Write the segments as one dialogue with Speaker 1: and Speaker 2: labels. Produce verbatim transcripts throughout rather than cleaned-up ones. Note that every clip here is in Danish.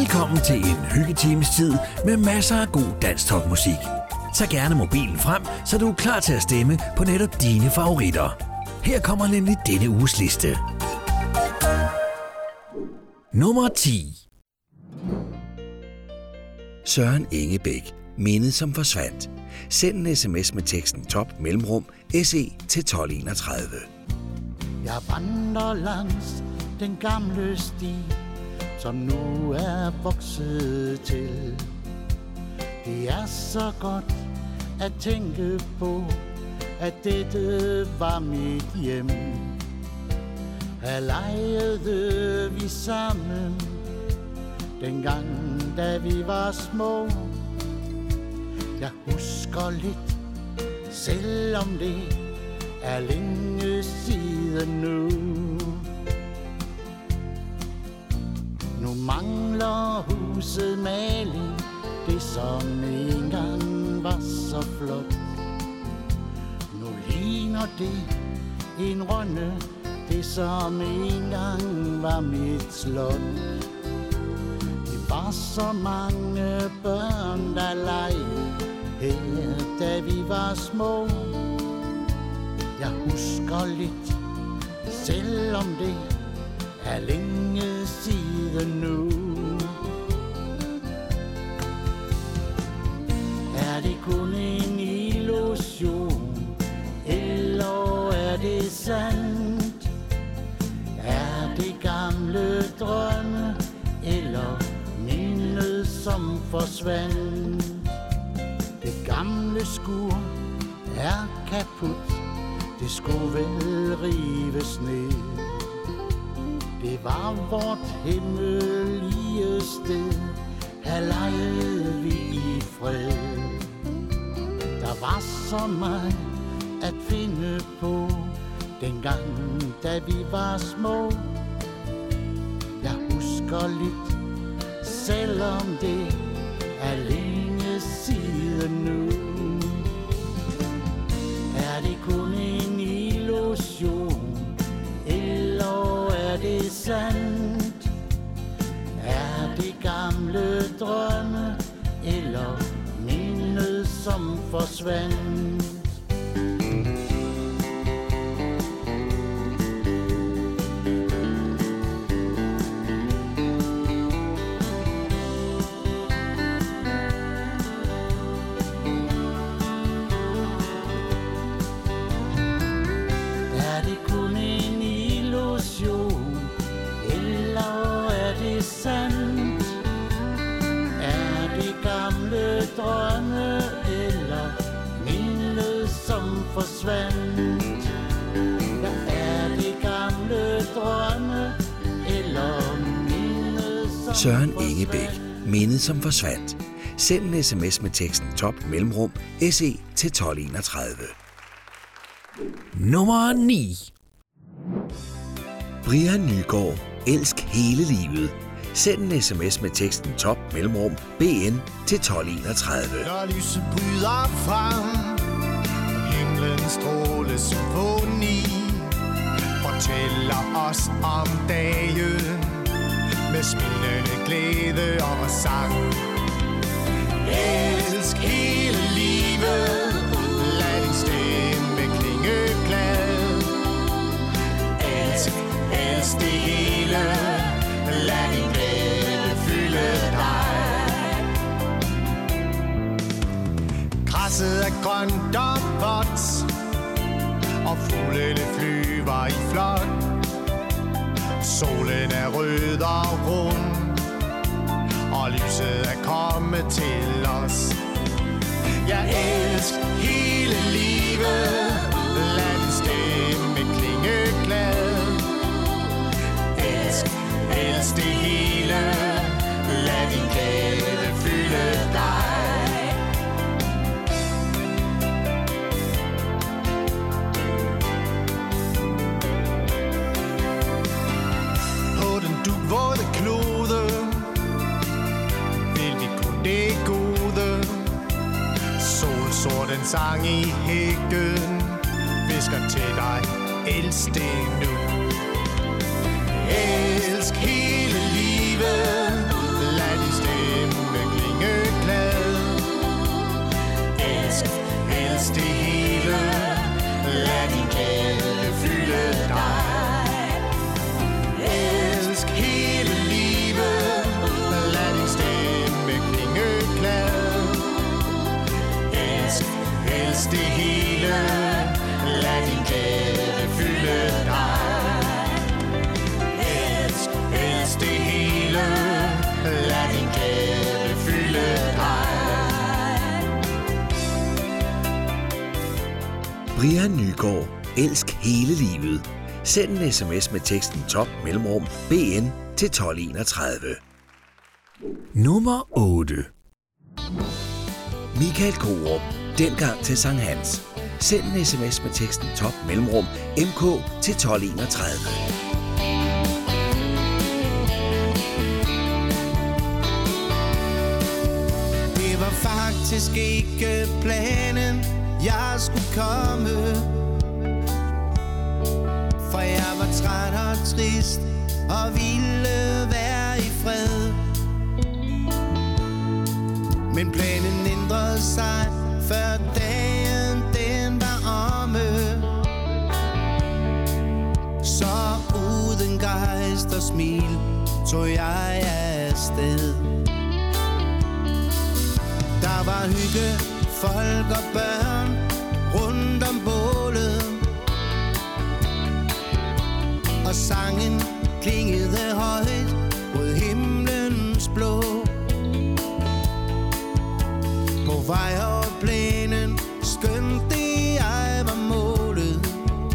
Speaker 1: Velkommen til en hyggetimes tid med masser af god dansk topmusik. Tag gerne mobilen frem, så du er klar til at stemme på netop dine favoritter. Her kommer nemlig denne uges liste. Nummer ti. Søren Ingebæk, mindet som forsvandt. Send en sms med teksten top mellemrum S E til tolv enogtredive.
Speaker 2: Jeg vandrer langs den gamle sti, som nu er vokset til. Det er så godt at tænke på, at dette var mit hjem. Her legede vi sammen, dengang da vi var små. Jeg husker lidt, selvom det er længe siden nu. Nu mangler huset maling, det som engang var så flot. Nu ligner det en rønne, det som engang var mit slot. Det var så mange børn, der legede her, da vi var små. Jeg husker lidt, selvom det er længe siden nu. Er det kun en illusion, eller er det sandt? Er det gamle drømme, eller mindet som forsvandt? Det gamle skur er kaput, det skulle vel rives ned. Det var vort hemmelige sted, her legede vi i fred. Der var så meget at finde på, dengang da vi var små. Jeg husker lidt, selvom det er længe siden nu. Er det kun en illusion, eller er det sandt? Er det gamle drømme, eller mindet som forsvandt? Drømme eller mindet som forsvandt? Ja, er det gamle drømme eller mindet som
Speaker 1: Søren Ingebæk, mindet som forsvandt. Send en sms med teksten top mellemrum S E til tolv enogtredive. Nummer ni. Brian Nygaard, elsk hele livet. Send en sms med teksten top mellemrum B N til tolv enogtredive.
Speaker 3: Når lyset bryder frem, himlen stråle symfoni, fortæller os om dagen med smilende glæde og sang. Elsk hele livet, lad din stemme klinge glad. Elsk, elsk det hele, lad din glæde fylde dig. Græsset er grønt og vådt, og fuglene flyver i flok. Solen er rød og rund, og lyset er kommet til os. Jeg elsker hele livet, lad din stemme klinge glad. Elsk, elsk det hele, lad din glæde fylde dig. På den dugvåde klode vil vi kunne det gode. Solsort en sang i hækken visker til dig, elsk det nu. Elsk hele livet, lad
Speaker 1: Brian Nygaard. Elsk hele livet. Send en sms med teksten top mellemrum B N til tolv enogtredive. Nummer otte. Michael Korup. Dengang til Sankt Hans. Send en sms med teksten top mellemrum M K til tolv enogtredive.
Speaker 3: Det var faktisk ikke planen, jeg skulle komme, for jeg var træt og trist og ville være i fred. Men planen ændrede sig, før dagen den var omme. Så uden gejst og smil tog jeg afsted. Der var hygge, folk og børn rundt om bålet, og sangen klingede højt mod himlens blå. På vej over plænen, skønt det jeg var målet,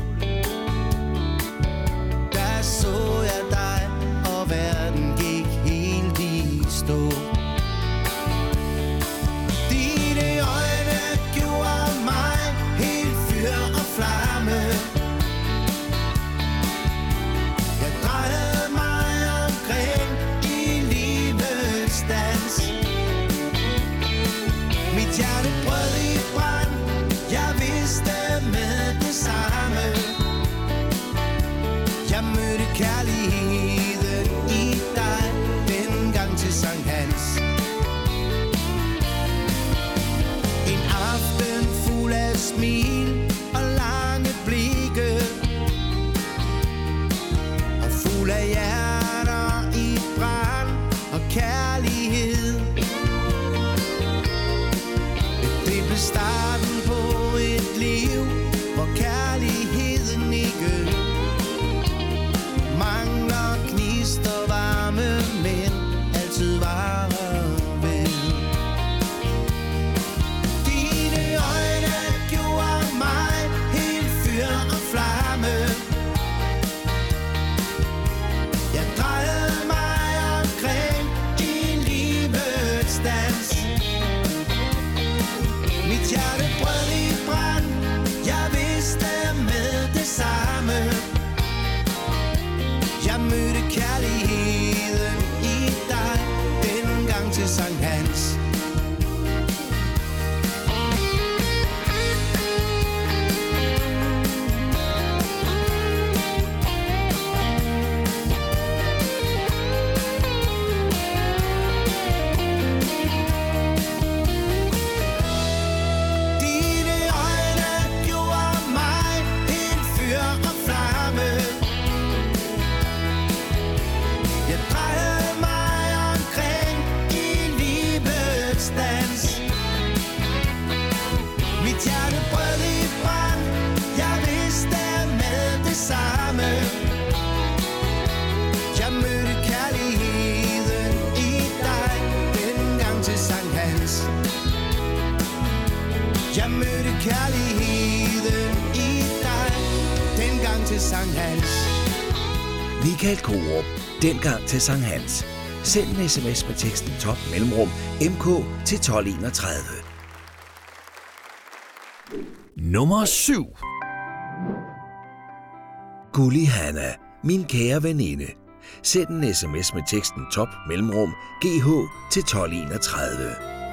Speaker 3: der så jeg dig, og verden gik helt i stå. Dine øjne gjorde mig helt fyr og flamme. Jeg drejede mig omkring i livets dans. Mit hjerte brød i brand, jeg vidste med det samme. Jeg mødte kærligheden i dig, dengang til Sankt Hans. En aften fuld af smil og lange blikke, og fuld af hjerter i brand og kærlighed. Det blev starten på et liv, hvor kærligheden ikke mangler gnist og varme, men altid varer ved. Dine øjne gjorde mig helt fyr og flamme. Jeg drejede mig omkring i livets dans. Mit hjerte brød i brand, jeg vidste med det samme. Jeg mødte kærligheden i dig, dengang til Sankt Hans. Jeg mødte kærligheden i dig, dengang til Sankt Hans.
Speaker 1: Michael Korup. Dengang til Sankt Hans. Send en sms med teksten top mellemrum M K til tolv enogtredive. Nummer syv. Gulli Hanna. Min kære veninde. Send en sms med teksten top mellemrum G H til tolv enogtredive.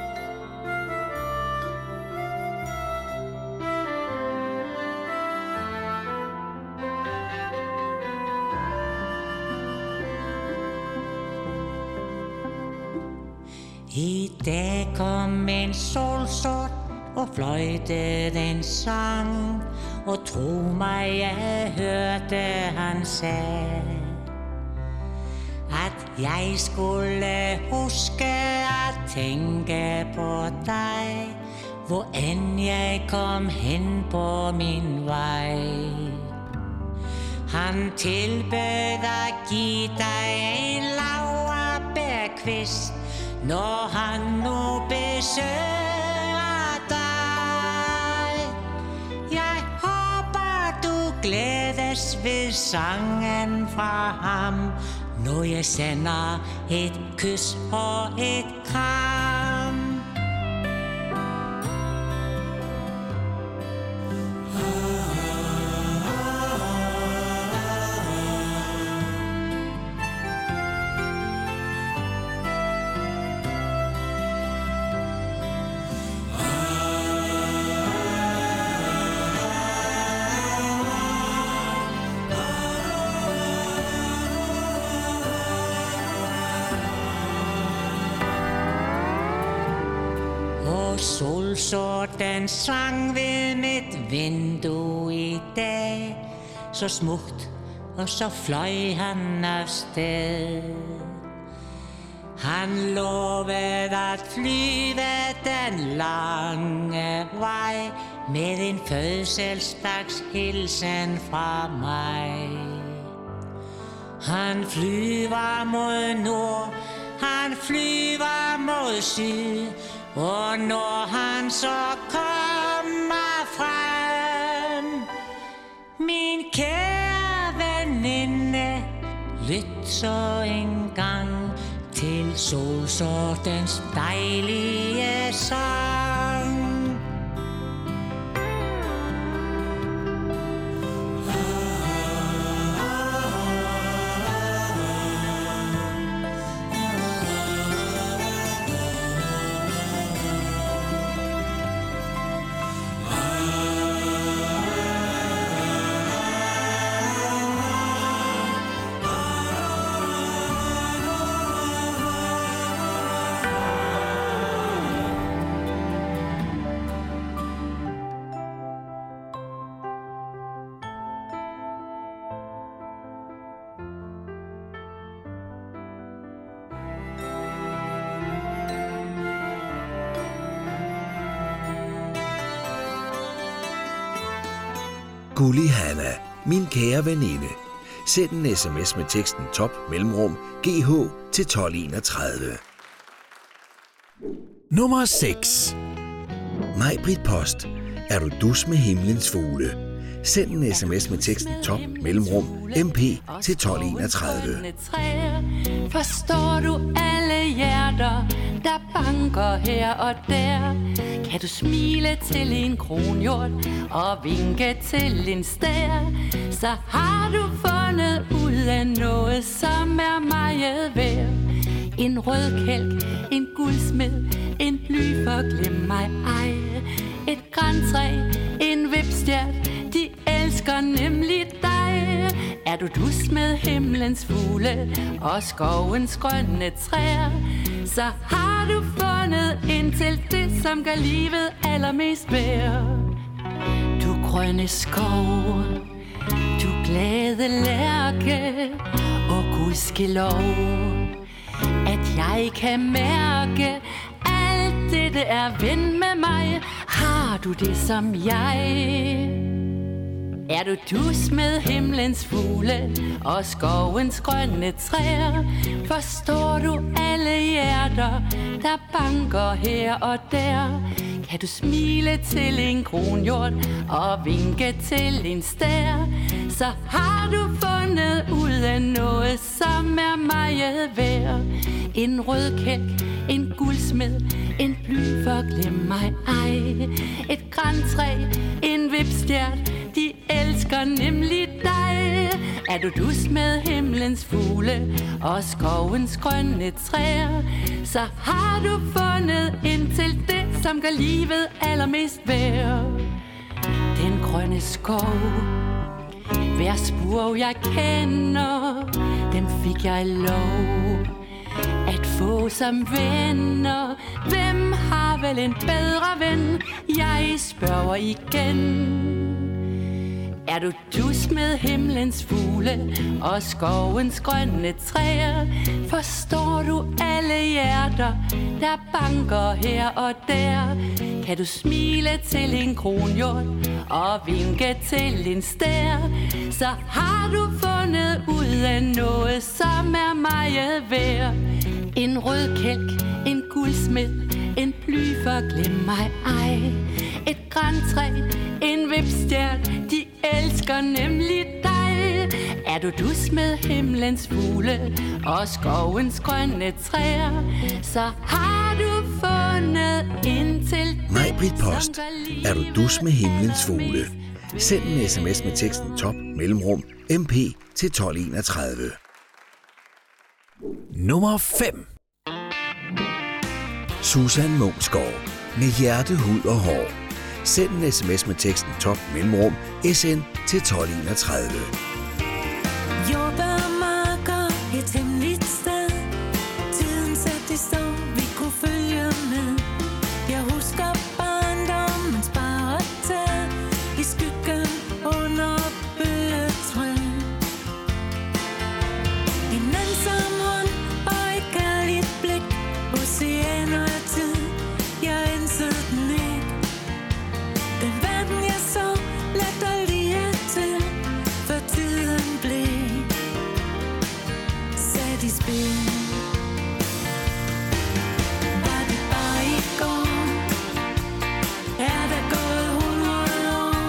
Speaker 4: I dag kom en solsort og fløjtede en sang, og tro mig, jeg hørte han sagde, at jeg skulle huske at tænke på dig, hvor end jeg kom hen på min vej. Han tilbød at give dig en laurbærkvist, når han nu besøger dig. Jeg lykkes ved sangen fra ham, når jeg sender et kys og et kram. Så den sang ved mit vindue i dag, så smukt, og så fløj han afsted. Han lovede at flyve den lange vej, med en fødselsdagshilsen fra mig. Han flyver mod nord, han flyver mod syd, og når han så kommer frem, min kære veninde, lyt så engang til solsortens dejlige sang.
Speaker 1: Gulli Hanna, min kære veninde. Send en sms med teksten top mellemrum gh til tolv enogtredive. Nummer seks. Maj-Britt Post. Er du dus med himlens fugle? Send en sms med teksten top mellemrum mp til tolv enogtredive.
Speaker 5: Forstår du alle hjerter, der banker her og der? Kan du smile til en kronhjort og vinke til en stær? Så har du fundet ud af noget, som er meget værd. En rød kælk, en guldsmed, en bly for glem mig ej. Et grantræ, en vipstjert, de elsker nemlig dig. Er du dus med himlens fugle og skovens grønne træer, så har du fundet ind til det, som gør livet allermest værd. Du grønne skov, du glade lærke, og gudskelov, at jeg kan mærke, alt dette er ven med mig. Har du det som jeg? Er du dus med himlens fugle og skovens grønne træer? Forstår du alle hjerter, der banker her og der? Kan du smile til en kronhjort og vinke til en stær? Så har du fundet ud af noget, som er meget værd. En rød kælk, en guldsmed, en bly for glem mig ej. Et grantræ, en vipstjert, de elsker nemlig dig. Er du dus med himlens fugle og skovens grønne træer, så har du fundet ind til det, som gør livet allermest værd. Den grønne skov, hver spur jeg kender, den fik jeg lov at få som venner. Hvem har vel en bedre ven? Jeg spørger igen. Er du dus med himlens fugle og skovens grønne træer? Forstår du alle hjerter, der banker her og der? Kan du smile til en kronhjort og vinke til en stær? Så har du fundet ud af noget, som er meget værd. En rød kælk, en guldsmed, en bly for glem mig ej. Et grantræ, en vipstjert, de elsker nemlig dig. Er du dus med himlens fugle og skovens grønne træer, så har du fundet ind til
Speaker 1: Maj-Brit Post. Er du dus med himlens fugle? Send en sms med teksten top mellemrum M P til tolv enogtredive. Nummer fem. Susan Munksgaard. Med hjerte, hud og hår. Send en sms med teksten top mellemrum S N til tolv enogtredive.
Speaker 6: Jordbærmarker, et hemmeligt sted. Tiden satte i stå, vi kunne følge med. Jeg husker barndommens baretag i skyggen under bøgetræ. En ensom hånd og et kærligt blik. Oceaner af tid, jeg indsede den ikke. Den verden jeg så, lad dig lige til, for tiden blev sat i spil. Var det bare i går? Er der gået hundrede år?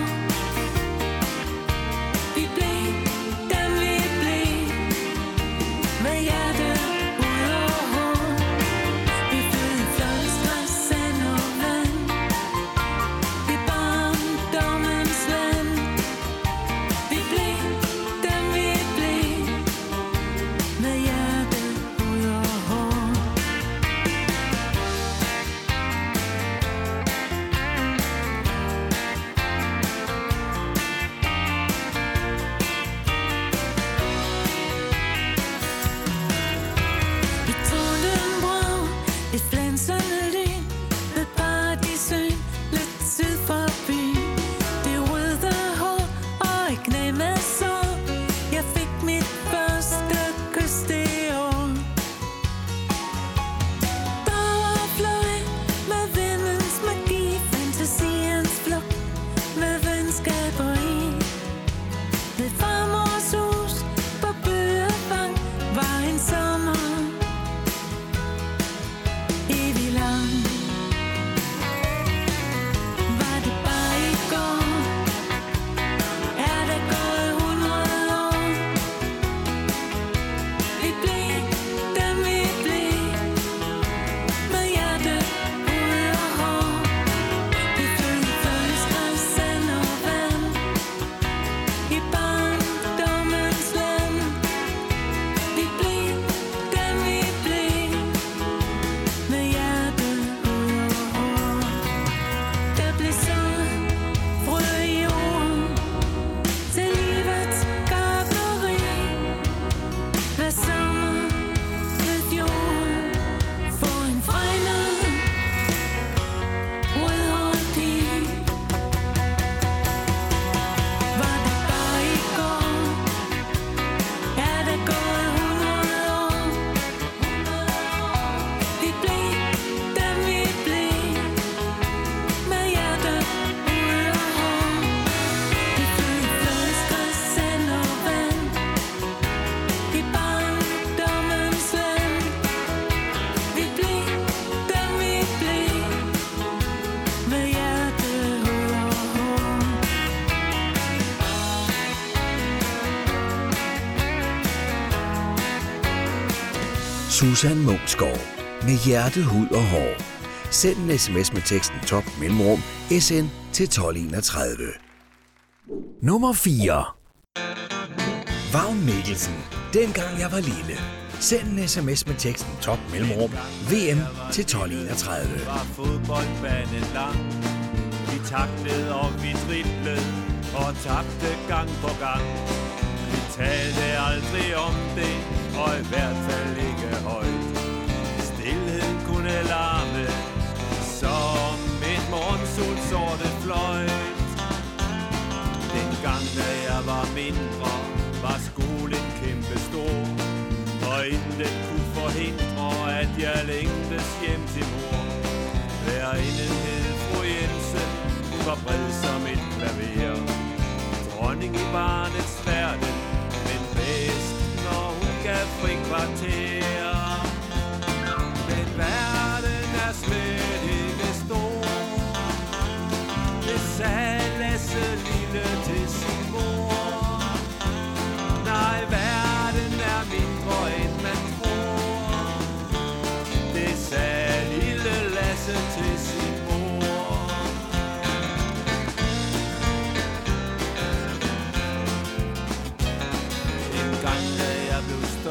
Speaker 6: Vi blev dem vi blev, med hjerte, hud og hår. Vi flød i flot stress, sand og vand i barndommens land. Vi blev dem vi blev, med hjerte, hud og hår. Vi tålte en brag, et flansende lyn, ved paradisøen, lidt syd for byen. Det røde hår og et knæ med sår. Jeg fik mit første kys det år. Drager fløj med vindens magi, fantasiens flugt med venskaber i. Ved farmors hus på Bøgevang var en sommer evig lang. Var det bare i går? Er der gået hundrede år? Vi blev dem vi blev, med hjerte, hud og hår. Vi flød i følelsesgræs, sand og vand i barndommens land. Vi blev dem vi blev, med hjerte, hud og hår. Der blev sået frø i jorden til livets gartneri. Hver sommer ved fjorden for en fregnet rødhåret pige. Var det bare i går? Er der gået hundrede år? Vi blev dem vi blev, med hjerte, hud og hår. Vi flød i flødesgræs, sand og vand i barndommens land. Vi blev dem vi blev, med hjerte, hud og hår.
Speaker 1: Susan Munksgaard. Med hjerte, hud og hår. Send en sms med teksten top mellemrum S N til tolv enogtredive. Nummer fire. Vagn Mikkelsen. Dengang jeg var lille. Send en sms med teksten top mellemrum V M til tolv enogtredive.
Speaker 7: Var fodboldbanen lang. Vi taklede og vi driblede og tabte gang på gang. Vi talte aldrig om det, og i hvert fald ikke højt. Stilheden kunne larme som et morgensol sorte fløjt. Dengang da jeg var mindre, var skolen kæmpe stor, og intet kunne forhindre, at jeg længtes hjem til mor. Lærerinden hed fru Jensen, hun var bred som et klaver. Dronning i barnets verden, men bedst, når hun gav fri kvarter. Men verden er slet ikke stor, det sagde Lasse lille til sin mor. Nej,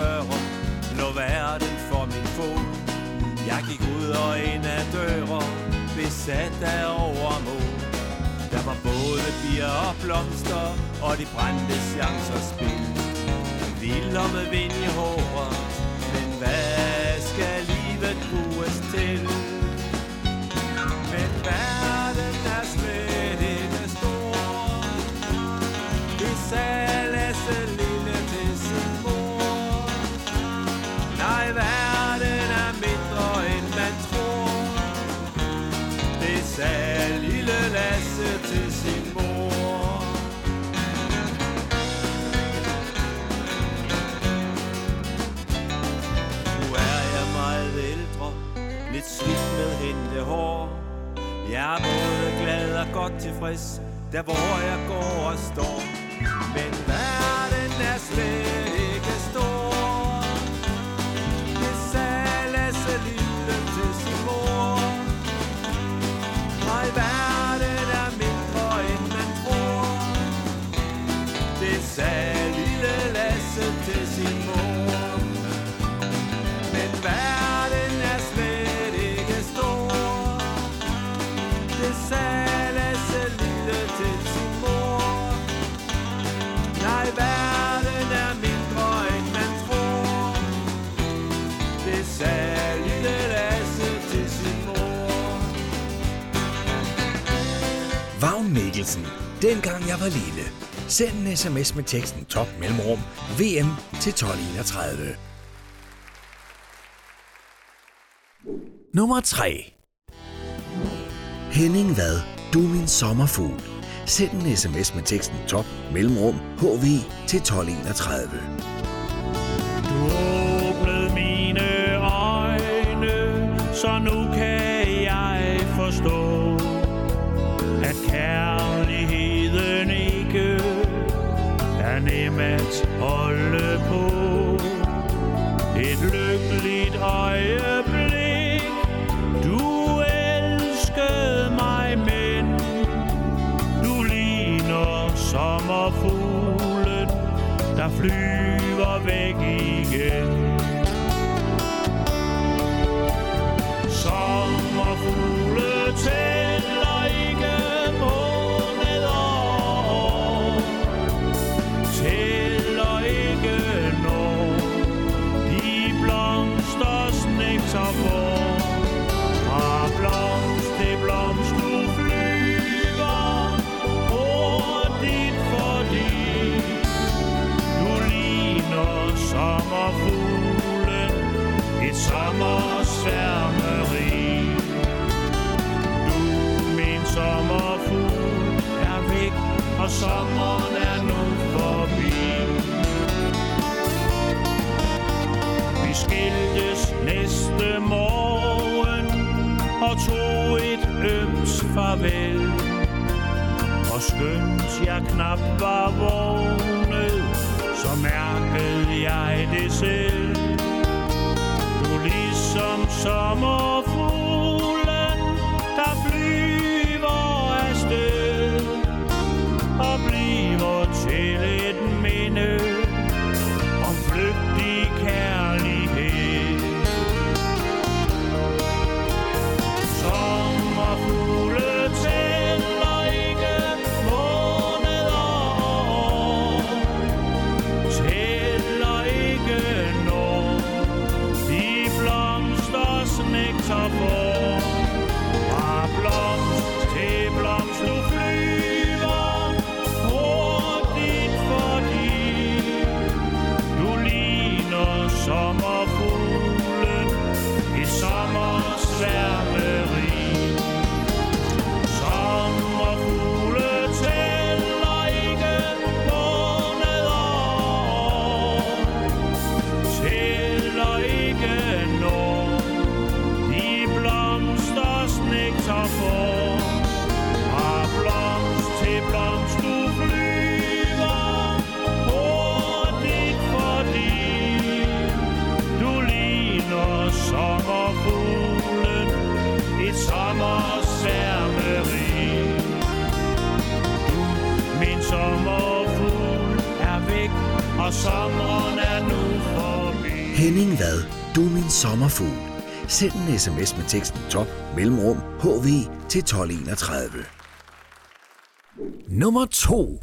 Speaker 7: fyrre lå verden for min fod. Jeg gik ud og ind af døre, besat af overmod. Der var både bier og blomster, og de brændte chancer spil. Vild og med vind i håret, men hvad skal livet bruges til? Men verden er slet ikke stor, det sagde Lasse lille til sin mor. Nej, verden er mindre end man tror, det sagde lille Lasse til sin mor. Nu er jeg meget ældre, lidt slidt med hentehår. Jeg er både glad og godt tilfreds, der hvor jeg går og står. Men verden er slet ikke stor, det sagde Lasse lille til sin mor. Nej, verden er mindre end man tror, det sagde lille Lasse til sin mor. Men verden er slet ikke stor, det sagde Lasse lille til sin mor. Nej, verden er mindre end man tror, det sagde lille Lasse til sin mor.
Speaker 1: Vagn Mikkelsen. Dengang jeg var lille. Send en sms med teksten top mellemrum V M til tolv enogtredive. Nummer tre. Henning Vad, du er min sommerfugl. Send en sms med teksten top mellemrum H V til tolv enogtredive.
Speaker 8: Du åbnede mine øjne, så nu kan jeg forstå, at kærligheden ikke er nem at holde på. Et lykkeligt øjeblik, du elskede mig, men du ligner sommerfuglen, der flyver væk igen. Sommerfugle tæller ikke måneder, tæller ikke når de blomsters nektar får. Fra blomst til blomst du flyver hurtigt, fordi du ligner sommerfuglen, et sommersværmeri. Du, min sommerfugl, er væk, og sommeren er nu forbi. Vi skiltes næste morgen og tog et øms farvel. Og skønt jeg knap var vågnet, så mærkede jeg det selv. Du ligesom sommerfuglen, der flyver afsted og bliver til et minde om flygtig kærlighed. Sommerfugle tæller ikke måneder, tæller ikke når de blomsters nektar får. Fra blomst til blomst du flyver hurtigt, fordi du ligner sommerfuglen i sommersværmeri. Sommerfugle tæller ikke måneder, tæller ikke når de blomsters
Speaker 1: Henning Vad, du er min sommerfugl. Send en sms med teksten top mellemrum H V til tolv enogtredive. Nummer to.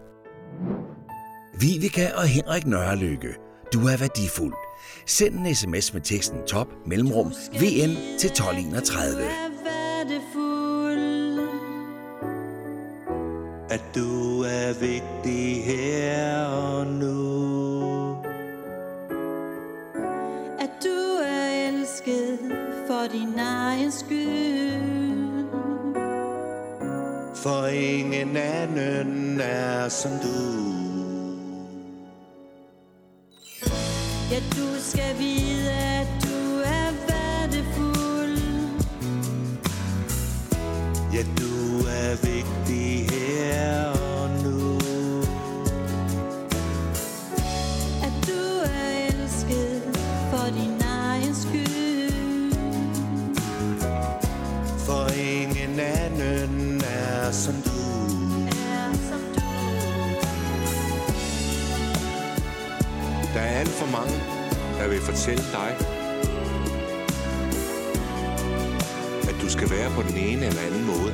Speaker 1: Vivica og Henrik Nørrelykke. Du er værdifuld. Send en sms med teksten top mellemrum V N til tolv enogtredive.
Speaker 9: At du er vigtig her og nu.
Speaker 6: At du er elsket for din egen skyld.
Speaker 9: For ingen anden er som du.
Speaker 6: Ja, du skal vide, at du er værdifuld.
Speaker 9: Ja, du er vigtig her og nu.
Speaker 6: At du er elsket for din egen skyld.
Speaker 9: For ingen anden er som du.
Speaker 6: Er som du.
Speaker 9: Der er alt for mange, der vil fortælle dig, at du skal være på den ene eller anden måde.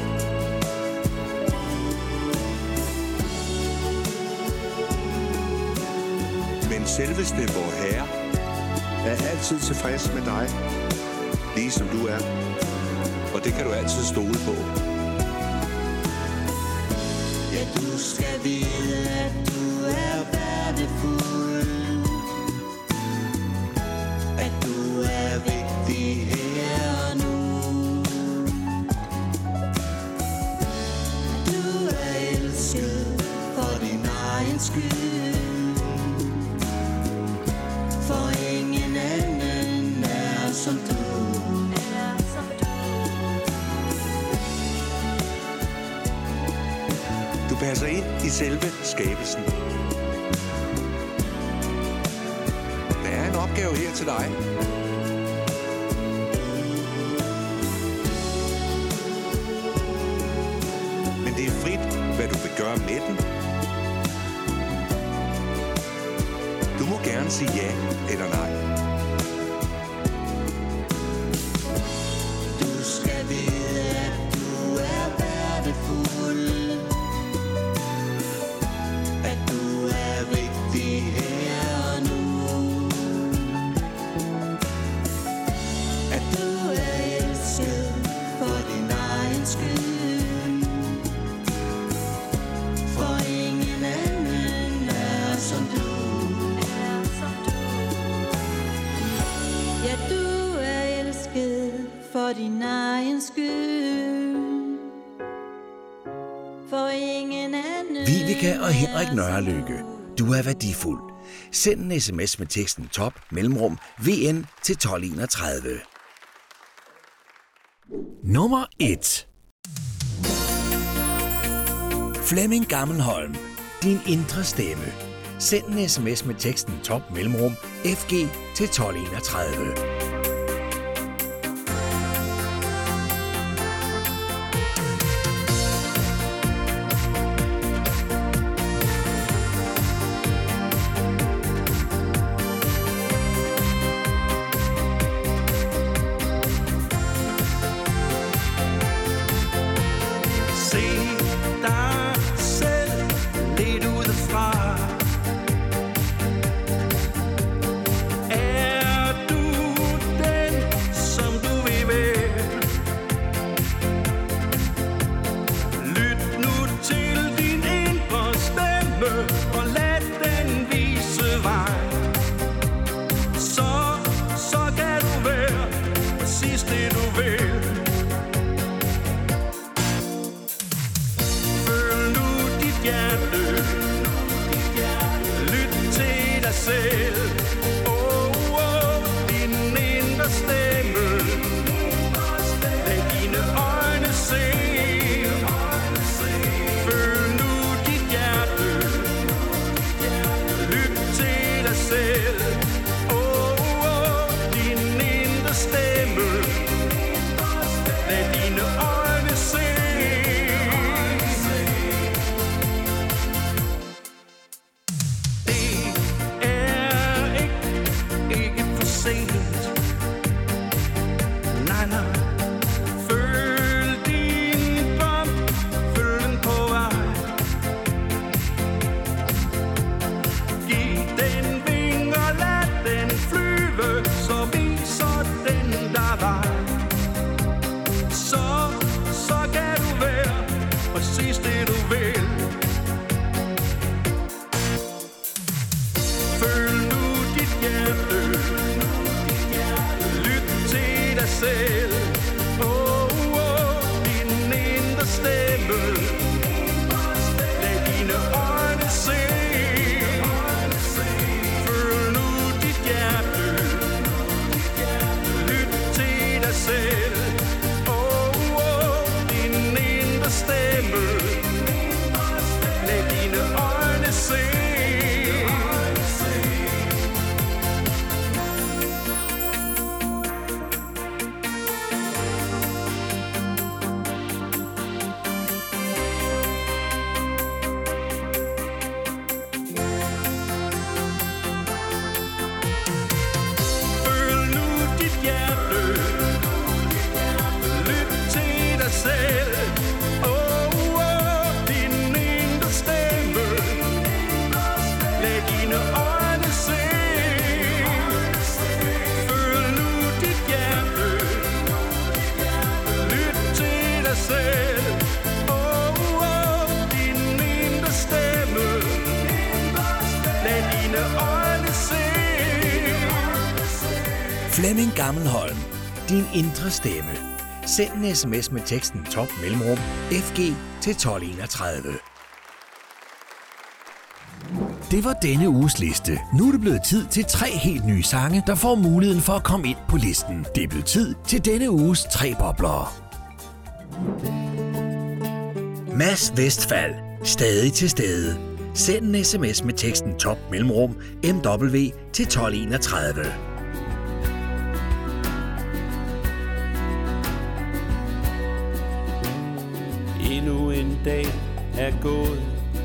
Speaker 9: Men selveste vor Herre er altid tilfreds med dig, lige som du er. Og det kan du altid stole på.
Speaker 6: Ja, du skal vide, at du er værdifuld.
Speaker 9: At du er vigtig her og nu.
Speaker 6: At du er elsket for din egen skyld. For ingen anden er som du. Er som du.
Speaker 9: Du passer ind i selve skabelsen. Der er en opgave her til dig. Men det er frit, hvad du vil gøre med den. Du må gerne sige ja eller nej.
Speaker 6: Du skal vide, at du er værdifuld.
Speaker 9: At du er vigtig her og nu.
Speaker 6: At du er elsket for din egen skyld. For ingen anden er som du. Er som du. Ja, du er elsket for din egen skyld. For ingen anden.
Speaker 1: Vivica og Henrik Nørrelykke. Du er værdifuld. Send en sms med teksten top mellemrum V N til tolv enogtredive. Nummer et. Flemming Gammelholm. Din indre stemme. Send en sms med teksten top mellemrum F G til tolv enogtredive.
Speaker 8: selv. Oh, oh, din indre stemme. Lad dine øjne se. Føl nu dit hjerte. Lyt til dig selv. Oh, oh, din indre stemme. Lad dine øjne se.
Speaker 1: Flemming Gammelholm, din indre stemme. Send en sms med teksten top mellemrum F G til tolv enogtredive. Det var denne uges liste. Nu er det blevet tid til tre helt nye sange, der får muligheden for at komme ind på listen. Det er blevet tid til denne uges tre boblere. Mads Westphal, stadig til stede. Send en sms med teksten top mellemrum M W til tolv enogtredive.
Speaker 7: Endnu en dag er gået.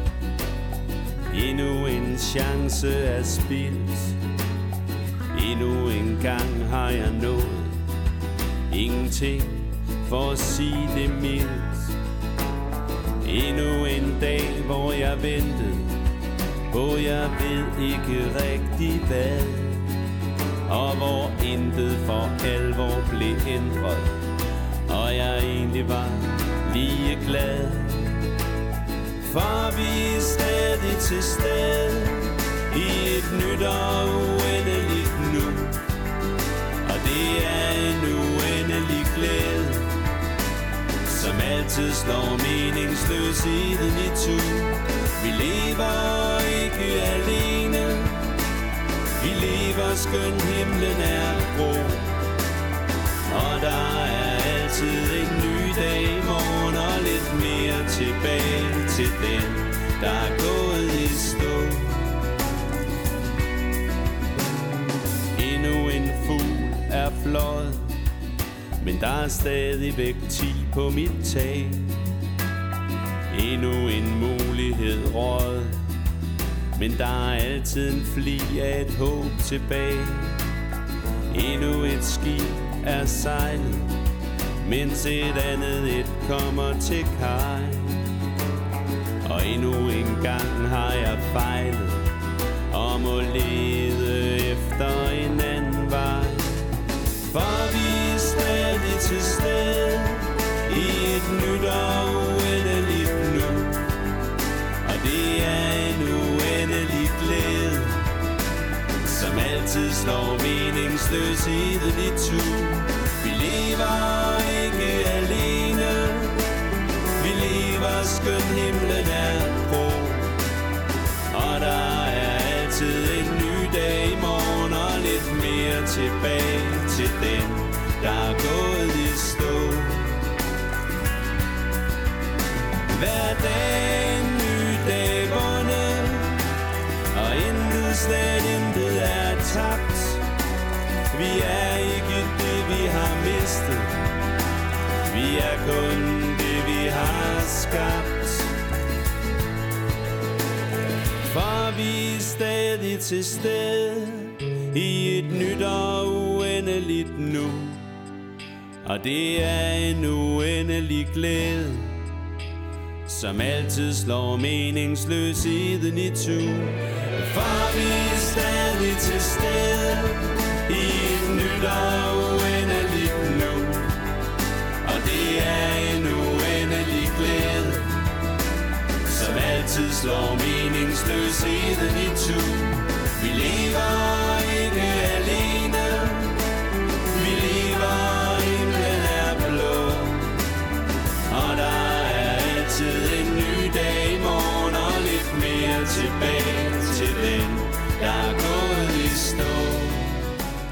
Speaker 7: Endnu en chance er spildt. Endnu en gang har jeg nået ingenting for at sige det mildt. Endnu en dag, hvor jeg ventede på jeg ved ikke rigtig hvad, og hvor intet for alvor blev ændret, og jeg egentlig var lige glad. For vi er stadig til stede i et nyt og uendeligt nu, og det er en uendelig glæde, som altid slår meningsløsheden i tu. Vi lever ikke alene, vi lever skønt himlen er grå, og der er altid en ny dag i morgen, og lidt mere tilbage til den, der er gået i stå. Endnu en fugl er fløjet, men der er stadigvæk ti på mit tag. Endnu en mulighed røget, men der er altid en fli af et håb tilbage. Endnu et skib er sejlet, mens et andet et kommer til kaj. Og endnu en gang har jeg fejlet og må lede efter en anden vej. For vi er stadig til stede i et nyt og uendeligt nu, og det er en uendelig glæde, som altid slår meningsløsheden i tu. Vi lever ikke alene, vi lever skønt himlen er grå, og der er altid en ny dag i morgen, og lidt mere tilbage til den, der er gået i stå. Hver dag en ny dag vundet, og intet slet intet er tabt. Vi er ikke det vi har mistet, vi er kun det vi har skabt. For vi er stadig til stede i et nyt og uendeligt nu, og det er en uendelig glæde, som altid slår meningsløsheden i tu. For vi er stadig til stede i et nyt og uendeligt nu, og det er en uendelig glæde, som altid slår meningsløsheden i tu. Vi lever ikke alene, vi lever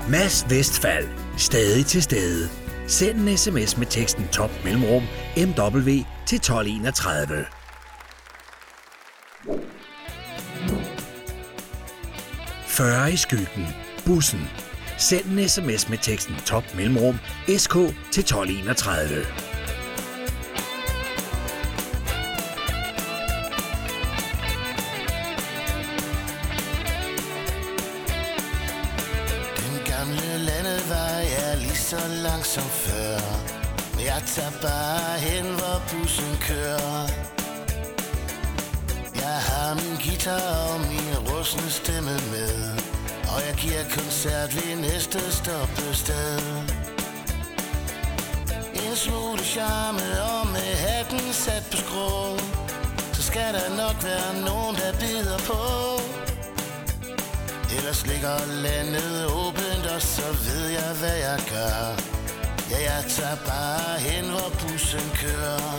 Speaker 1: Mads Westphal. Stadig til stede. Send en sms med teksten top mellemrum M W til tolv enogtredive. fyrre i skyggen. Bussen. Send en sms med teksten top mellemrum S K til tolv enogtredive.
Speaker 10: Så langt som før, men jeg tager bare hen, hvor bussen kører. Jeg har min guitar og min rustne stemme med, og jeg giver koncert ved næste stoppested. En smule charme og med hatten sat på skrå, så skal der nok være nogen, der bider på. Ellers ligger landet åbent, og så ved jeg, hvad jeg gør. Ja, jeg tager bare hen, hvor bussen kører.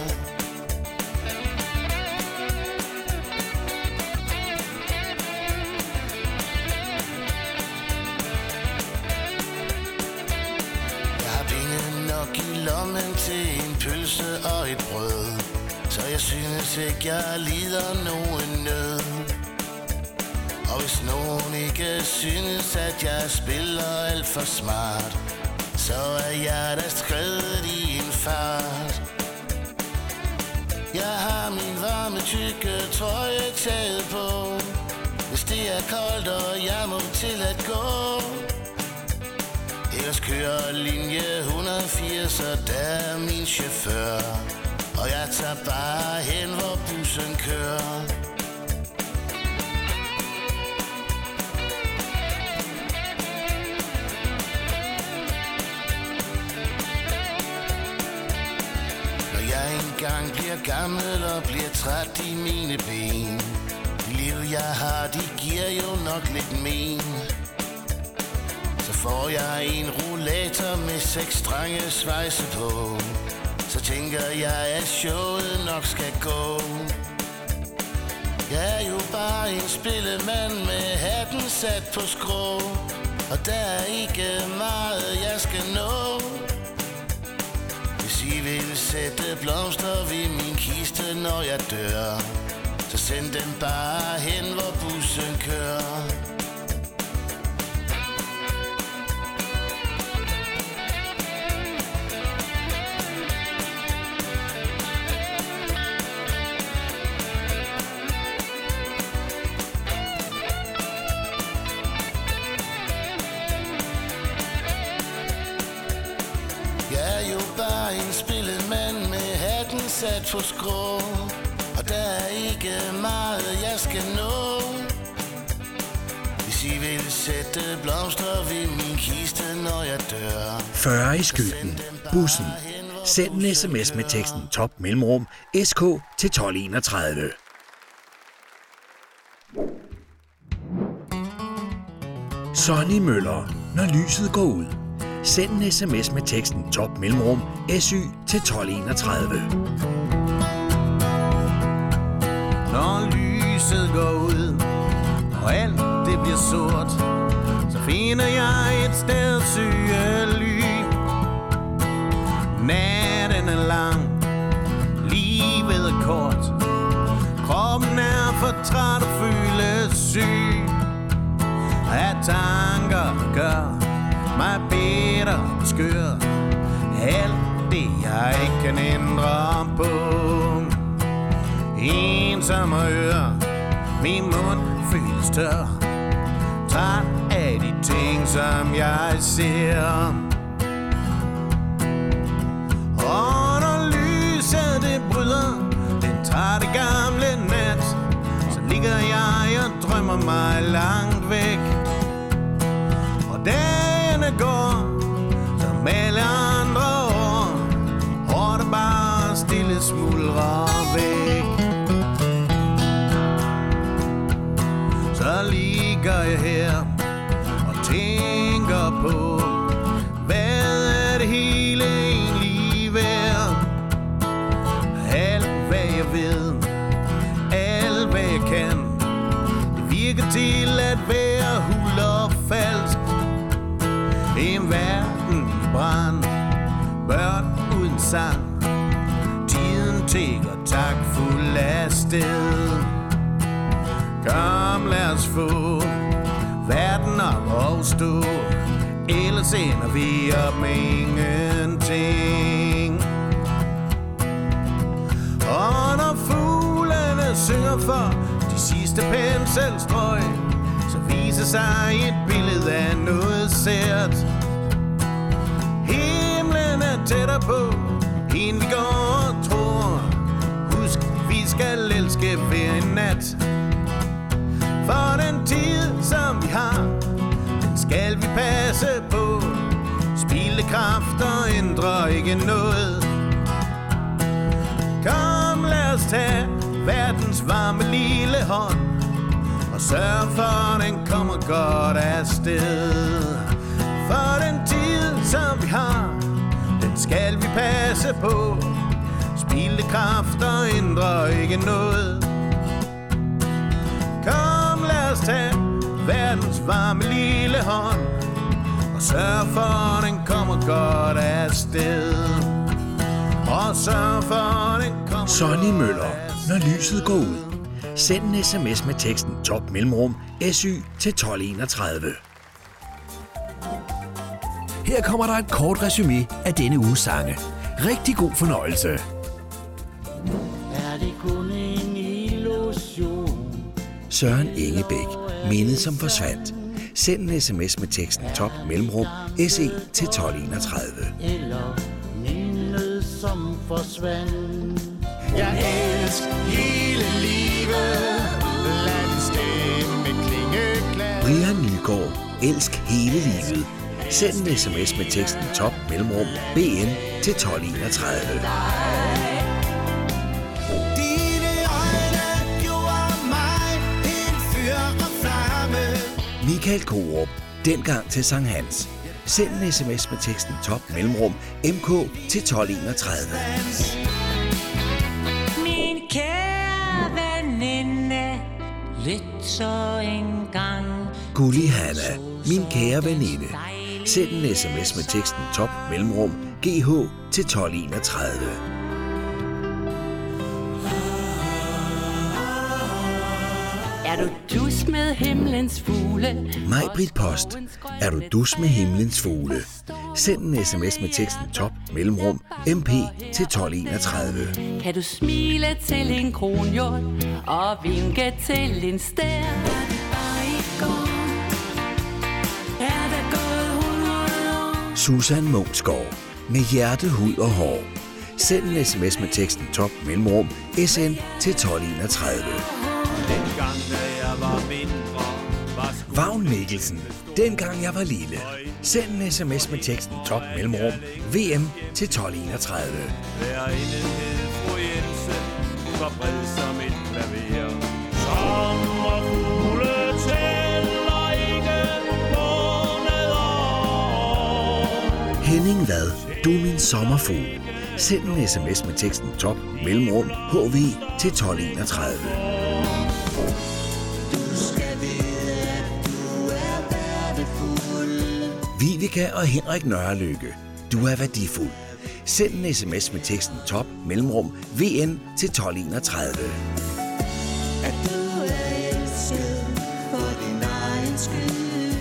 Speaker 10: Jeg har penge nok i lommen til en pølse og et brød, så jeg synes ikke, jeg lider nogen nød. Og hvis nogen ikke synes, at jeg spiller alt for smart, så er jeg da skrevet i en fart. Jeg har min varme tykke trøje taget på, hvis det er koldt og jeg må til at gå. Ellers kører linje et hundrede og firs, og der er min chauffør, og jeg tager bare hen, hvor bussen kører. Gang bliver gammel og bliver træt i mine ben. De liv jeg har, de giver jo nok lidt men. Så får jeg en rollator med seks strenge svejse på, så tænker jeg, at showet nok skal gå. Jeg er jo bare en spillemand med hatten sat på skrå, og der er ikke meget jeg skal nå. Hvis I vil sætte blomster ved min kiste, når jeg dør, så send dem bare hen, hvor bussen kører. Sat på skrå, og der er ikke meget jeg skal nå. Hvis I vil sætte blomster ved min kiste, når jeg dør.
Speaker 1: fyrre i skyggen. Bussen. Send en sms med teksten top mellemrum S K til tolv enogtredive. Sonny Møller. Når lyset går ud. Send en sms med teksten top mellemrum S Y til tolv enogtredive.
Speaker 11: Når lyset går ud, og alt det bliver sort, så finder jeg et sted at søge ly. Natten er lang, livet er kort, kroppen er for træt og føles syg. At tanker gør mig bitter og skør, alt det jeg ikke kan ændre på. Ensom og øre, min mund føles tør, træt af de ting som jeg ser. Og når lyset det bryder den trætte gamle nat, så ligger jeg og drømmer mig langt væk. Og dagene går som alle andre år, og det bare stille smuldrer væk. Så ligger jeg her og tænker på, hvad er det hele egentlig værd? Alt hvad jeg ved, alt hvad jeg kan, det virker til at være hul og falsk. En verden i brand, børn uden sang. Tiden tigger takfuld af sted. Kom, lad os få verden op og stå, ellers ender vi op med ingenting. Og når fuglene synger for de sidste penselstrøg, så viser sig et billede af noget sært. Himlen er tættere på, end vi går og tror. Husk, vi skal elske hver en nat. For den tid, som vi har, den skal vi passe på. Spilde kræfter ændrer ikke noget. Kom, lad os tage verdens varme lille hånd og sørg for, den kommer godt afsted. For den tid, som vi har, den skal vi passe på. Spilde kræfter ændrer ikke noget. Kom, lad os tage verdens varme lille hånd og sørg for, den kommer godt afsted. Og sørg for, den kommer
Speaker 1: Sonny Møller, når lyset går ud. Send en sms med teksten top mellemrum S Y til tolv enogtredive. Her kommer der et kort resumé af denne uges sange. Rigtig god fornøjelse.
Speaker 2: Er det kun en illusion?
Speaker 1: Søren Engebæk, mindet som forsvandt. Send en sms med teksten top mellemrum S E til tolv enogtredive.
Speaker 2: Eller mindet som forsvandt?
Speaker 3: Jeg elsker hele livet. Lad den stemme klinge glad.
Speaker 1: Brian Nygaard, elsk hele livet. Send en sms med teksten top mellemrum B N til tolv enogtredive.
Speaker 3: Dine øjne gjorde mig en fyr og flamme.
Speaker 1: Michael Korup, dengang til Sankt Hans. Send en sms med teksten top mellemrum M K til tolv enogtredive.
Speaker 4: Min kære veninde, lyt så engang.
Speaker 1: Gulli Hanna, min kære veninde. Send en sms med teksten top mellemrum G H til tolv enogtredive.
Speaker 5: Er du dus med himlens fugle?
Speaker 1: Maj-Brit Post, er du dus med himlens fugle? Send en sms med teksten top mellemrum M P til tolv enogtredive.
Speaker 5: Kan du smile til en kronhjort og vinke til en stær?
Speaker 1: Susan Munksgaard, med hjerte, hud og hår. Send en sms med teksten top mellemrum S N til tolv enogtredive.
Speaker 7: Dengang da jeg var mindre, var
Speaker 1: Vagn Mikkelsen, dengang jeg var lille. Send en sms med teksten top mellemrum V M til tolv enogtredive.
Speaker 7: Værinde hed fru Jensen, var bred som et klaver. Sommerfugle tæller ikke måneder.
Speaker 1: Henning Vad, du er min sommerfugl. Send en sms med teksten top mellemrum H V til tolv enogtredive. Vivica og Henrik Nørrelykke, du er værdifuld. Send en sms med teksten top mellemrum V N til tolv enogtredive.
Speaker 3: At du er elsket for din egen skyld.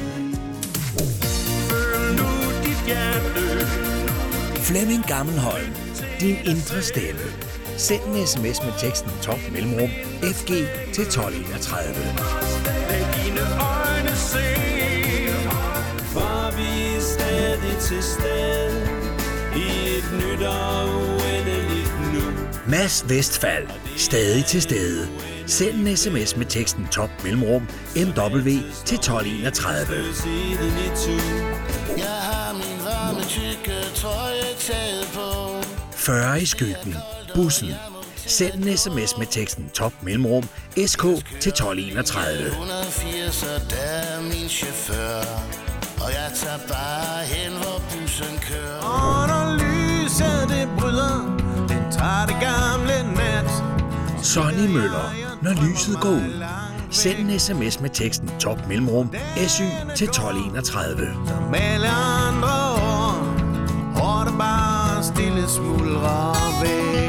Speaker 8: Føl nu dit hjerte.
Speaker 1: Flemming Gammelholm, din indre stemme. Send en sms med teksten top mellemrum F G til tolv enogtredive.
Speaker 8: Lad dine øjne se.
Speaker 7: For vi er stadig til stede i et nyt og uendeligt nu.
Speaker 1: Mads Vestfald, stadig til stede. Send en sms med teksten top mellemrum M W til tolv enogtredive.
Speaker 7: Siden i tu.
Speaker 10: Jeg har min varme tykke trøje taget på.
Speaker 1: fyrre i skyggen. Bussen. Send en sms med teksten top mellemrum S K til tolv enogtredive.
Speaker 10: et hundrede og firs, og der er min chauffør. Og jeg tager bare hen, hvor bussen kører.
Speaker 11: Og når lyset det bryder, den trætte gamle nat.
Speaker 1: Sonny Møller, når lyset går ud. Send en sms med teksten top mellemrum S Y til tolv enogtredive.
Speaker 11: Som alle andre år, hvor der bare stille smuldrer væk.